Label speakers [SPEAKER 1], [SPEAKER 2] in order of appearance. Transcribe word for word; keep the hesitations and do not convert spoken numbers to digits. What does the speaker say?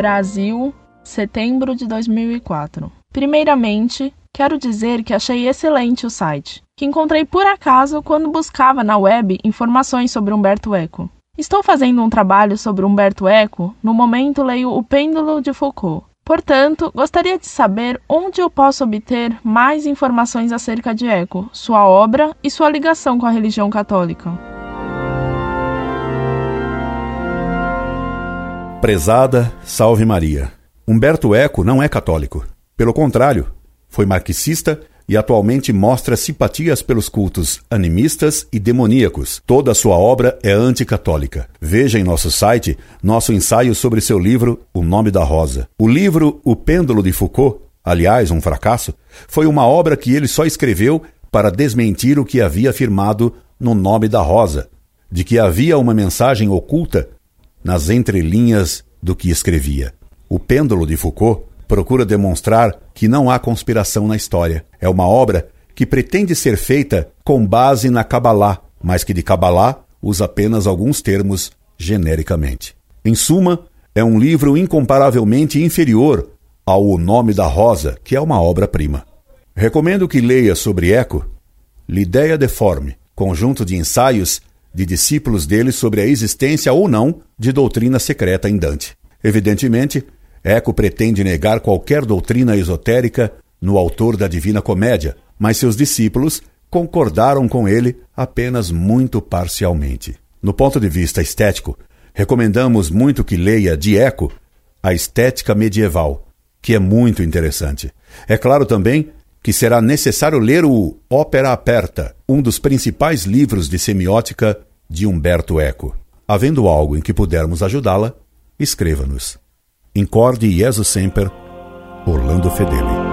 [SPEAKER 1] Brasil, setembro de dois mil e quatro. Primeiramente, quero dizer que achei excelente o site, que encontrei por acaso quando buscava na web informações sobre Umberto Eco. Estou fazendo um trabalho sobre Umberto Eco, no momento leio O Pêndulo de Foucault. Portanto, gostaria de saber onde eu posso obter mais informações acerca de Eco, sua obra e sua ligação com a religião católica.
[SPEAKER 2] Prezada, salve Maria. Humberto Eco não é católico. Pelo contrário, foi marxista e atualmente mostra simpatias pelos cultos animistas e demoníacos. Toda a sua obra é anticatólica. Veja em nosso site nosso ensaio sobre seu livro O Nome da Rosa. O livro O Pêndulo de Foucault, aliás, um fracasso, foi uma obra que ele só escreveu para desmentir o que havia afirmado no Nome da Rosa, de que havia uma mensagem oculta nas entrelinhas do que escrevia. O Pêndulo de Foucault procura demonstrar que não há conspiração na história. É uma obra que pretende ser feita com base na Kabbalah, mas que de Kabbalah usa apenas alguns termos genericamente. Em suma, é um livro incomparavelmente inferior ao O Nome da Rosa, que é uma obra-prima. Recomendo que leia sobre Eco L'Idea Deforme, conjunto de ensaios de discípulos dele sobre a existência ou não de doutrina secreta em Dante. Evidentemente, Eco pretende negar qualquer doutrina esotérica no autor da Divina Comédia, mas seus discípulos concordaram com ele apenas muito parcialmente. No ponto de vista estético, recomendamos muito que leia de Eco a Estética Medieval, que é muito interessante. É claro também que será necessário ler o Opera Aperta, um dos principais livros de semiótica de Umberto Eco. Havendo algo em que pudermos ajudá-la, escreva-nos. Incorde Jesus Semper, Orlando Fedeli.